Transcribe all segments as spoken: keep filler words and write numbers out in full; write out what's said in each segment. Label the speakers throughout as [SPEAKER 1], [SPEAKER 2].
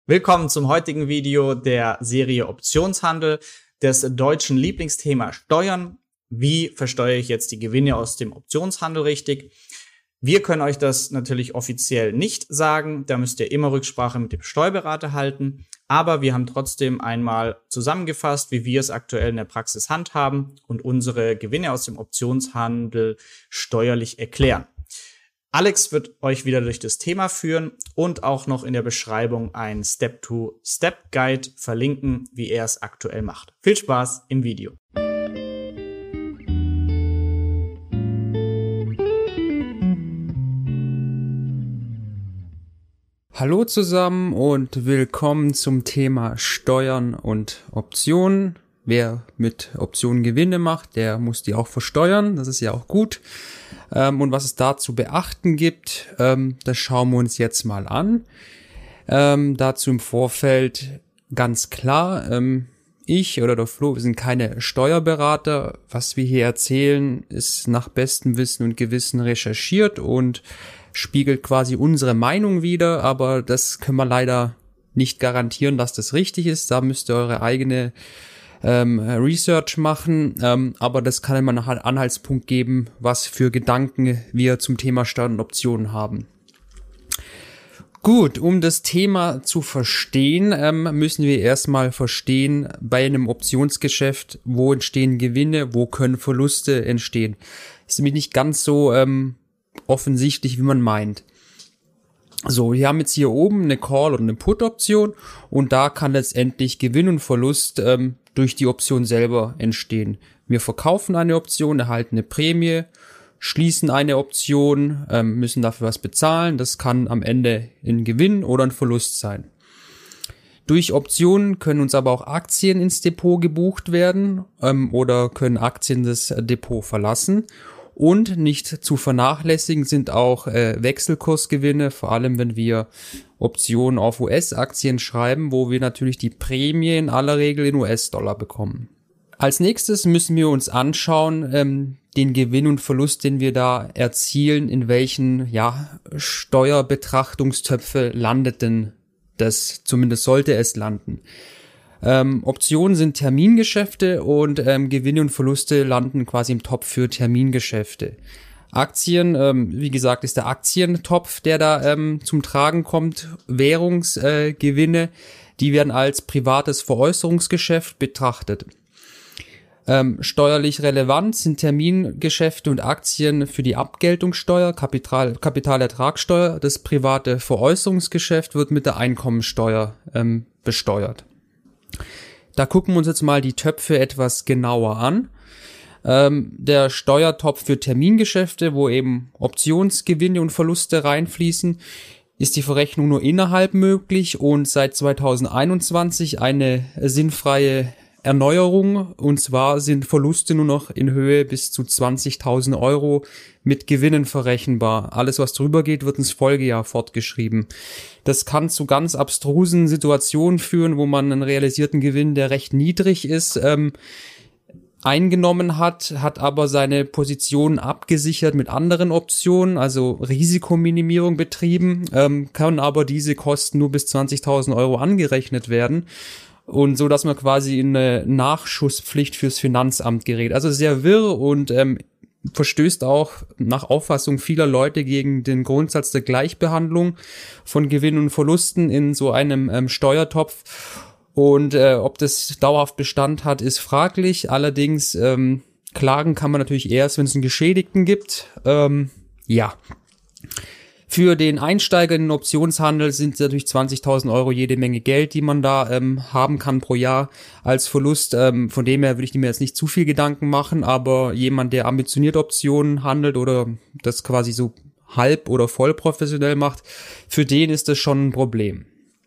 [SPEAKER 1] Willkommen zum heutigen Video der Serie Optionshandel, des deutschen Lieblingsthema Steuern. Wie versteuere ich jetzt die Gewinne aus dem Optionshandel richtig? Wir können euch das natürlich offiziell nicht sagen, da müsst ihr immer Rücksprache mit dem Steuerberater halten. Aber wir haben trotzdem einmal zusammengefasst, wie wir es aktuell in der Praxis handhaben und unsere Gewinne aus dem Optionshandel steuerlich erklären. Alex wird euch wieder durch das Thema führen und auch noch in der Beschreibung einen Step-to-Step-Guide verlinken, wie er es aktuell macht. Viel Spaß im Video.
[SPEAKER 2] Hallo zusammen und willkommen zum Thema Steuern und Optionen. Wer mit Optionen Gewinne macht, der muss die auch versteuern. Das ist ja auch gut. Ähm, und was es da zu beachten gibt, ähm, das schauen wir uns jetzt mal an. Ähm, dazu im Vorfeld ganz klar, ähm, ich oder der Flo, wir sind keine Steuerberater. Was wir hier erzählen, ist nach bestem Wissen und Gewissen recherchiert und spiegelt quasi unsere Meinung wider. Aber das können wir leider nicht garantieren, dass das richtig ist. Da müsst ihr eure eigene Ähm, Research machen, ähm, aber das kann immer einen Anhaltspunkt geben, was für Gedanken wir zum Thema Steuern und Optionen haben. Gut, um das Thema zu verstehen, ähm, müssen wir erstmal verstehen, bei einem Optionsgeschäft, wo entstehen Gewinne, wo können Verluste entstehen. Ist nämlich nicht ganz so ähm, offensichtlich, wie man meint. So, wir haben jetzt hier oben eine Call- oder eine Put-Option und da kann letztendlich Gewinn und Verlust ähm, durch die Option selber entstehen. Wir verkaufen eine Option, erhalten eine Prämie, schließen eine Option, ähm, müssen dafür was bezahlen. Das kann am Ende ein Gewinn oder ein Verlust sein. Durch Optionen können uns aber auch Aktien ins Depot gebucht werden ähm, oder können Aktien das Depot verlassen. Und nicht zu vernachlässigen sind auch äh, Wechselkursgewinne, vor allem wenn wir Optionen auf U S-Aktien schreiben, wo wir natürlich die Prämie in aller Regel in U S-Dollar bekommen. Als nächstes müssen wir uns anschauen, ähm, den Gewinn und Verlust, den wir da erzielen, in welchen ja, Steuerbetrachtungstöpfe landet denn das, zumindest sollte es landen. Ähm, Optionen sind Termingeschäfte und ähm, Gewinne und Verluste landen quasi im Topf für Termingeschäfte. Aktien, ähm, wie gesagt, ist der Aktientopf, der da ähm, zum Tragen kommt. Währungsgewinne, äh, die werden als privates Veräußerungsgeschäft betrachtet. Ähm, steuerlich relevant sind Termingeschäfte und Aktien für die Abgeltungssteuer, Kapital, Kapitalertragssteuer. Das private Veräußerungsgeschäft wird mit der Einkommensteuer ähm, besteuert. Da gucken wir uns jetzt mal die Töpfe etwas genauer an. Ähm, der Steuertopf für Termingeschäfte, wo eben Optionsgewinne und Verluste reinfließen, ist die Verrechnung nur innerhalb möglich und seit zweitausendeinundzwanzig eine sinnfreie Erneuerung. Und zwar sind Verluste nur noch in Höhe bis zu zwanzigtausend Euro mit Gewinnen verrechenbar. Alles, was drüber geht, wird ins Folgejahr fortgeschrieben. Das kann zu ganz abstrusen Situationen führen, wo man einen realisierten Gewinn, der recht niedrig ist, ähm, eingenommen hat, hat aber seine Position abgesichert mit anderen Optionen, also Risikominimierung betrieben, ähm, kann aber diese Kosten nur bis zwanzigtausend Euro angerechnet werden. Und so, dass man quasi in eine Nachschusspflicht fürs Finanzamt gerät. Also sehr wirr und ähm, verstößt auch nach Auffassung vieler Leute gegen den Grundsatz der Gleichbehandlung von Gewinn und Verlusten in so einem ähm, Steuertopf. Und äh, ob das dauerhaft Bestand hat, ist fraglich. Allerdings ähm, klagen kann man natürlich erst, wenn es einen Geschädigten gibt. Ähm, ja. Für den Einsteiger in den Optionshandel sind natürlich zwanzigtausend Euro jede Menge Geld, die man da ähm, haben kann pro Jahr als Verlust. Ähm, von dem her würde ich mir jetzt nicht zu viel Gedanken machen, aber jemand, der ambitioniert Optionen handelt oder das quasi so halb oder voll professionell macht, für den ist das schon ein Problem.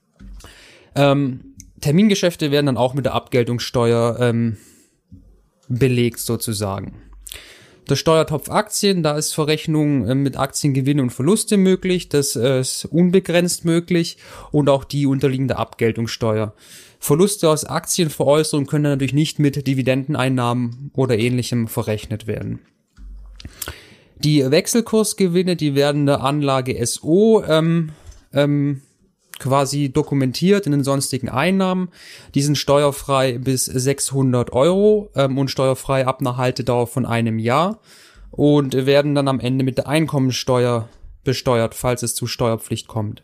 [SPEAKER 2] Ähm, Termingeschäfte werden dann auch mit der Abgeltungssteuer ähm, belegt sozusagen. Der Steuertopf Aktien, da ist Verrechnung äh, mit Aktiengewinne und Verluste möglich, das äh, ist unbegrenzt möglich und auch die unterliegen der Abgeltungssteuer. Verluste aus Aktienveräußerung können natürlich nicht mit Dividendeneinnahmen oder Ähnlichem verrechnet werden. Die Wechselkursgewinne, die werden der Anlage S O ähm, ähm, quasi dokumentiert in den sonstigen Einnahmen. Die sind steuerfrei bis sechshundert Euro ähm, und steuerfrei ab einer Haltedauer von einem Jahr und werden dann am Ende mit der Einkommensteuer besteuert, falls es zu Steuerpflicht kommt.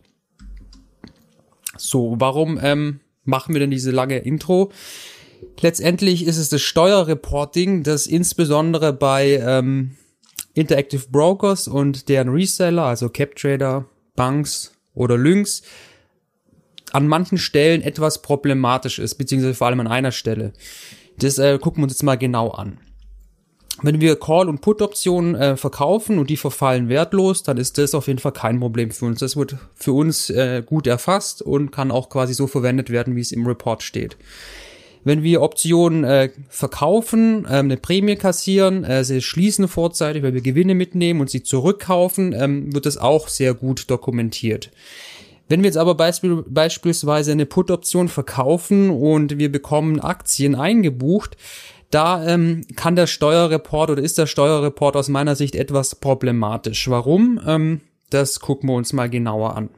[SPEAKER 2] So, warum ähm, machen wir denn diese lange Intro? Letztendlich ist es das Steuerreporting, das insbesondere bei ähm, Interactive Brokers und deren Reseller, also CapTrader, Banks oder Lynx, an manchen Stellen etwas problematisch ist, beziehungsweise vor allem an einer Stelle. Das äh, gucken wir uns jetzt mal genau an. Wenn wir Call- und Put-Optionen äh, verkaufen und die verfallen wertlos, dann ist das auf jeden Fall kein Problem für uns. Das wird für uns äh, gut erfasst und kann auch quasi so verwendet werden, wie es im Report steht. Wenn wir Optionen äh, verkaufen, äh, eine Prämie kassieren, äh, sie schließen vorzeitig, weil wir Gewinne mitnehmen und sie zurückkaufen, ähm, wird das auch sehr gut dokumentiert. Wenn wir jetzt aber beispiel, beispielsweise eine Put-Option verkaufen und wir bekommen Aktien eingebucht, da ähm, kann der Steuerreport oder ist der Steuerreport aus meiner Sicht etwas problematisch. Warum? Ähm, das gucken wir uns mal genauer an.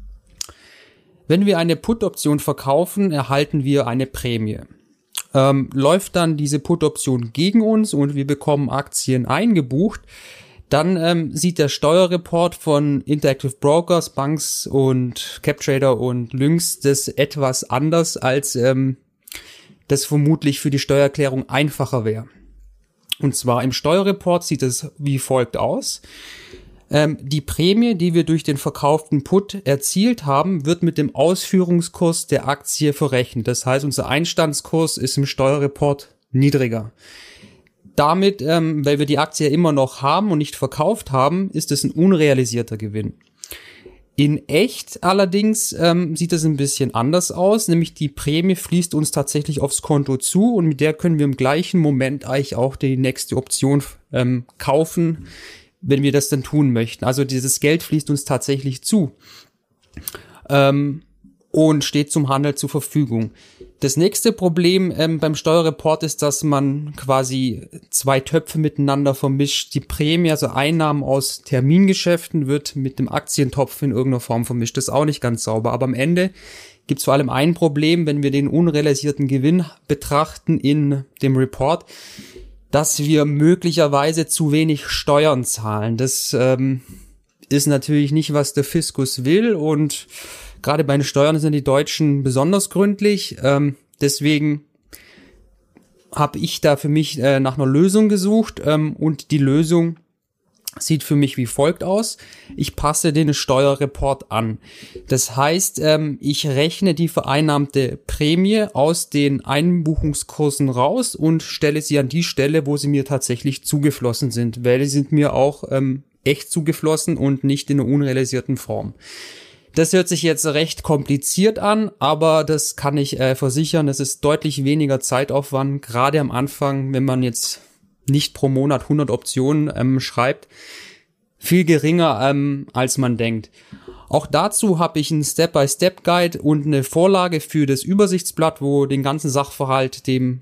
[SPEAKER 2] Wenn wir eine Put-Option verkaufen, erhalten wir eine Prämie. Ähm, läuft dann diese Put-Option gegen uns und wir bekommen Aktien eingebucht, dann ähm, sieht der Steuerreport von Interactive Brokers, Banks und CapTrader und Lynx das etwas anders, als ähm, das vermutlich für die Steuererklärung einfacher wäre. Und zwar im Steuerreport sieht es wie folgt aus. Ähm, die Prämie, die wir durch den verkauften Put erzielt haben, wird mit dem Ausführungskurs der Aktie verrechnet. Das heißt, unser Einstandskurs ist im Steuerreport niedriger. Damit, ähm, weil wir die Aktie immer noch haben und nicht verkauft haben, ist es ein unrealisierter Gewinn. In echt allerdings ähm, sieht es ein bisschen anders aus, nämlich die Prämie fließt uns tatsächlich aufs Konto zu und mit der können wir im gleichen Moment eigentlich auch die nächste Option ähm, kaufen, wenn wir das dann tun möchten. Also dieses Geld fließt uns tatsächlich zu ähm, und steht zum Handel zur Verfügung. Das nächste Problem ähm, beim Steuerreport ist, dass man quasi zwei Töpfe miteinander vermischt. Die Prämie, also Einnahmen aus Termingeschäften, wird mit dem Aktientopf in irgendeiner Form vermischt. Das ist auch nicht ganz sauber. Aber am Ende gibt es vor allem ein Problem, wenn wir den unrealisierten Gewinn betrachten in dem Report, dass wir möglicherweise zu wenig Steuern zahlen. Das ähm, ist natürlich nicht, was der Fiskus will, und gerade bei den Steuern sind die Deutschen besonders gründlich. Ähm, deswegen habe ich da für mich äh, nach einer Lösung gesucht, ähm, und die Lösung sieht für mich wie folgt aus. Ich passe den Steuerreport an. Das heißt, ähm, ich rechne die vereinnahmte Prämie aus den Einbuchungskursen raus und stelle sie an die Stelle, wo sie mir tatsächlich zugeflossen sind, weil die sind mir auch ähm, echt zugeflossen und nicht in einer unrealisierten Form. Das hört sich jetzt recht kompliziert an, aber das kann ich äh, versichern, es ist deutlich weniger Zeitaufwand, gerade am Anfang, wenn man jetzt nicht pro Monat hundert Optionen ähm, schreibt, viel geringer ähm, als man denkt. Auch dazu habe ich einen Step-by-Step-Guide und eine Vorlage für das Übersichtsblatt, wo den ganzen Sachverhalt dem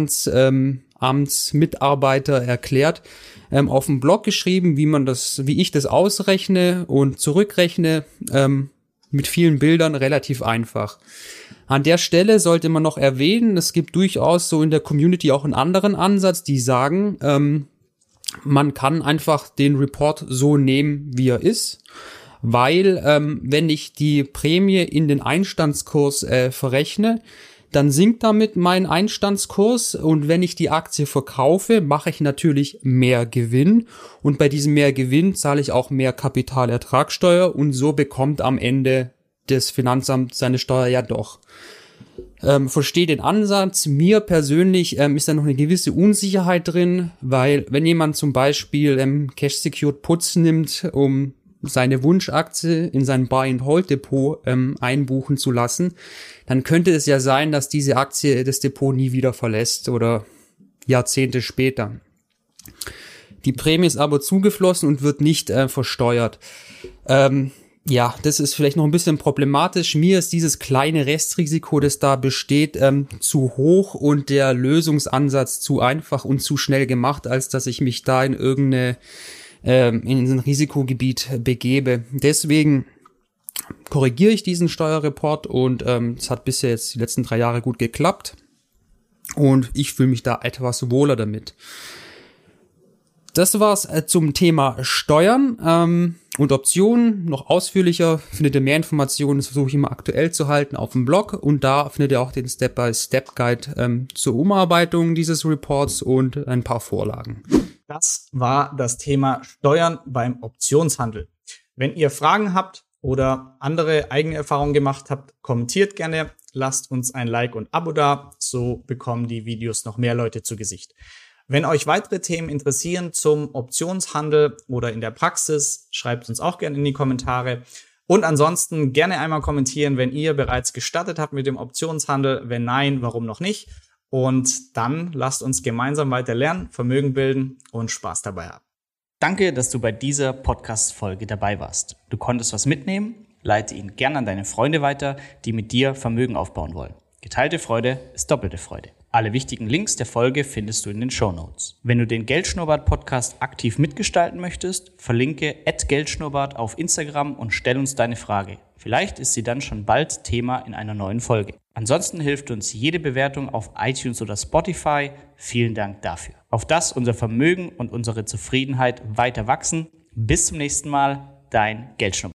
[SPEAKER 2] Finanzamtsmitarbeiter ähm, erklärt, ähm, auf dem Blog geschrieben, wie man das, wie ich das ausrechne und zurückrechne, ähm, mit vielen Bildern, relativ einfach. An der Stelle sollte man noch erwähnen, es gibt durchaus so in der Community auch einen anderen Ansatz, die sagen, ähm, man kann einfach den Report so nehmen, wie er ist, weil ähm, wenn ich die Prämie in den Einstandskurs äh, verrechne, dann sinkt damit mein Einstandskurs, und wenn ich die Aktie verkaufe, mache ich natürlich mehr Gewinn, und bei diesem mehr Gewinn zahle ich auch mehr Kapitalertragssteuer, und so bekommt am Ende das Finanzamt seine Steuer ja doch. Ähm, verstehe den Ansatz. Mir persönlich ähm, ist da noch eine gewisse Unsicherheit drin, weil wenn jemand zum Beispiel ähm, Cash-Secured Puts nimmt, um seine Wunschaktie in sein Buy-and-Hold-Depot ähm, einbuchen zu lassen, dann könnte es ja sein, dass diese Aktie das Depot nie wieder verlässt oder Jahrzehnte später. Die Prämie ist aber zugeflossen und wird nicht äh, versteuert. Ähm, ja, das ist vielleicht noch ein bisschen problematisch. Mir ist dieses kleine Restrisiko, das da besteht, ähm, zu hoch und der Lösungsansatz zu einfach und zu schnell gemacht, als dass ich mich da in irgendeine in ein Risikogebiet begebe. Deswegen korrigiere ich diesen Steuerreport und ähm, es hat bisher jetzt die letzten drei Jahre gut geklappt und ich fühle mich da etwas wohler damit. Das war's äh, zum Thema Steuern ähm, und Optionen. Noch ausführlicher findet ihr mehr Informationen, das versuche ich immer aktuell zu halten, auf dem Blog und da findet ihr auch den Step-by-Step-Guide ähm, zur Umarbeitung dieses Reports und ein paar Vorlagen.
[SPEAKER 1] Das war das Thema Steuern beim Optionshandel. Wenn ihr Fragen habt oder andere eigene Erfahrungen gemacht habt, kommentiert gerne, lasst uns ein Like und Abo da, so bekommen die Videos noch mehr Leute zu Gesicht. Wenn euch weitere Themen interessieren zum Optionshandel oder in der Praxis, schreibt uns auch gerne in die Kommentare. Und ansonsten gerne einmal kommentieren, wenn ihr bereits gestartet habt mit dem Optionshandel. Wenn nein, warum noch nicht? Und dann lasst uns gemeinsam weiter lernen, Vermögen bilden und Spaß dabei haben. Danke, dass du bei dieser Podcast-Folge dabei warst. Du konntest was mitnehmen? Leite ihn gerne an deine Freunde weiter, die mit dir Vermögen aufbauen wollen. Geteilte Freude ist doppelte Freude. Alle wichtigen Links der Folge findest du in den Shownotes. Wenn du den Geldschnurrbart-Podcast aktiv mitgestalten möchtest, verlinke at geldschnurrbart auf Instagram und stell uns deine Frage. Vielleicht ist sie dann schon bald Thema in einer neuen Folge. Ansonsten hilft uns jede Bewertung auf iTunes oder Spotify. Vielen Dank dafür. Auf dass unser Vermögen und unsere Zufriedenheit weiter wachsen. Bis zum nächsten Mal, dein Geldschnurrbart.